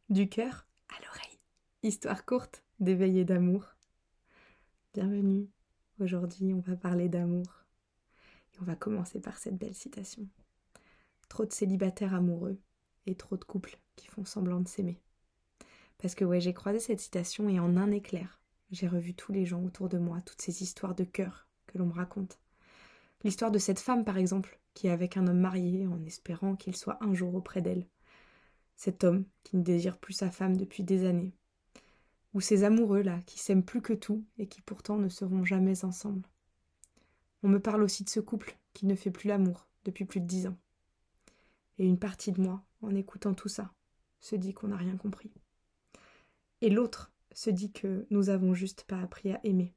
Du cœur à l'oreille. Histoire courte d'éveil et d'amour. Bienvenue. Aujourd'hui, on va parler d'amour. Et on va commencer par cette belle citation. Trop de célibataires amoureux et trop de couples qui font semblant de s'aimer. Parce que ouais, j'ai croisé cette citation et en un éclair, j'ai revu tous les gens autour de moi, toutes ces histoires de cœur que l'on me raconte. L'histoire de cette femme, par exemple, qui est avec un homme marié en espérant qu'il soit un jour auprès d'elle. Cet homme qui ne désire plus sa femme depuis des années. Ou ces amoureux-là qui s'aiment plus que tout et qui pourtant ne seront jamais ensemble. On me parle aussi de ce couple qui ne fait plus l'amour depuis plus de 10 ans. Et une partie de moi, en écoutant tout ça, se dit qu'on n'a rien compris. Et l'autre se dit que nous avons juste pas appris à aimer.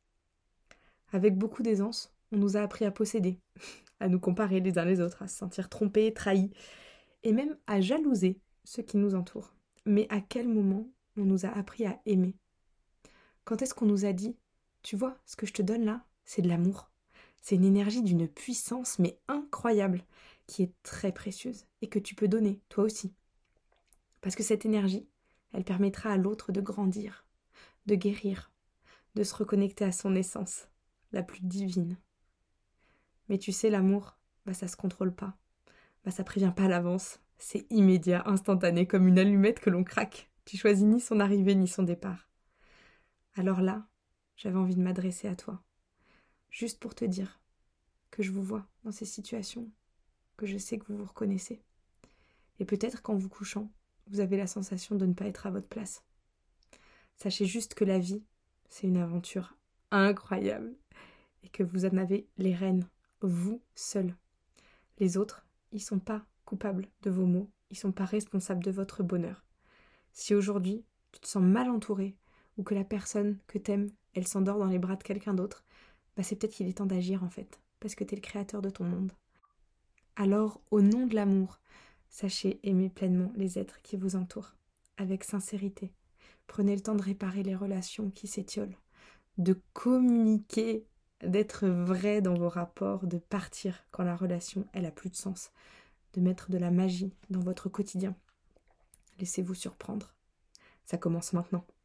Avec beaucoup d'aisance, on nous a appris à posséder, à nous comparer les uns les autres, à se sentir trompés, trahis, et même à jalouser ceux qui nous entourent. Mais à quel moment on nous a appris à aimer? Quand est-ce qu'on nous a dit « Tu vois, ce que je te donne là, c'est de l'amour. C'est une énergie d'une puissance mais incroyable, qui est très précieuse et que tu peux donner, toi aussi. Parce que cette énergie, elle permettra à l'autre de grandir, de guérir, de se reconnecter à son essence, la plus divine. Mais tu sais, l'amour, ça se contrôle pas. Ça prévient pas à l'avance. C'est immédiat, instantané, comme une allumette que l'on craque. Tu choisis ni son arrivée ni son départ. Alors là, j'avais envie de m'adresser à toi, juste pour te dire que je vous vois dans ces situations, que je sais que vous vous reconnaissez. Et peut-être qu'en vous couchant, vous avez la sensation de ne pas être à votre place. Sachez juste que la vie, c'est une aventure incroyable et que vous en avez les rênes, vous seul. Les autres, ils sont pas coupables de vos maux, ils sont pas responsables de votre bonheur. Si aujourd'hui, tu te sens mal entouré ou que la personne que t'aimes, elle s'endort dans les bras de quelqu'un d'autre, c'est peut-être qu'il est temps d'agir en fait, parce que t'es le créateur de ton monde. Alors, au nom de l'amour, sachez aimer pleinement les êtres qui vous entourent, avec sincérité. Prenez le temps de réparer les relations qui s'étiolent, de communiquer, d'être vrai dans vos rapports, de partir quand la relation, elle a plus de sens, de mettre de la magie dans votre quotidien. Laissez-vous surprendre. Ça commence maintenant.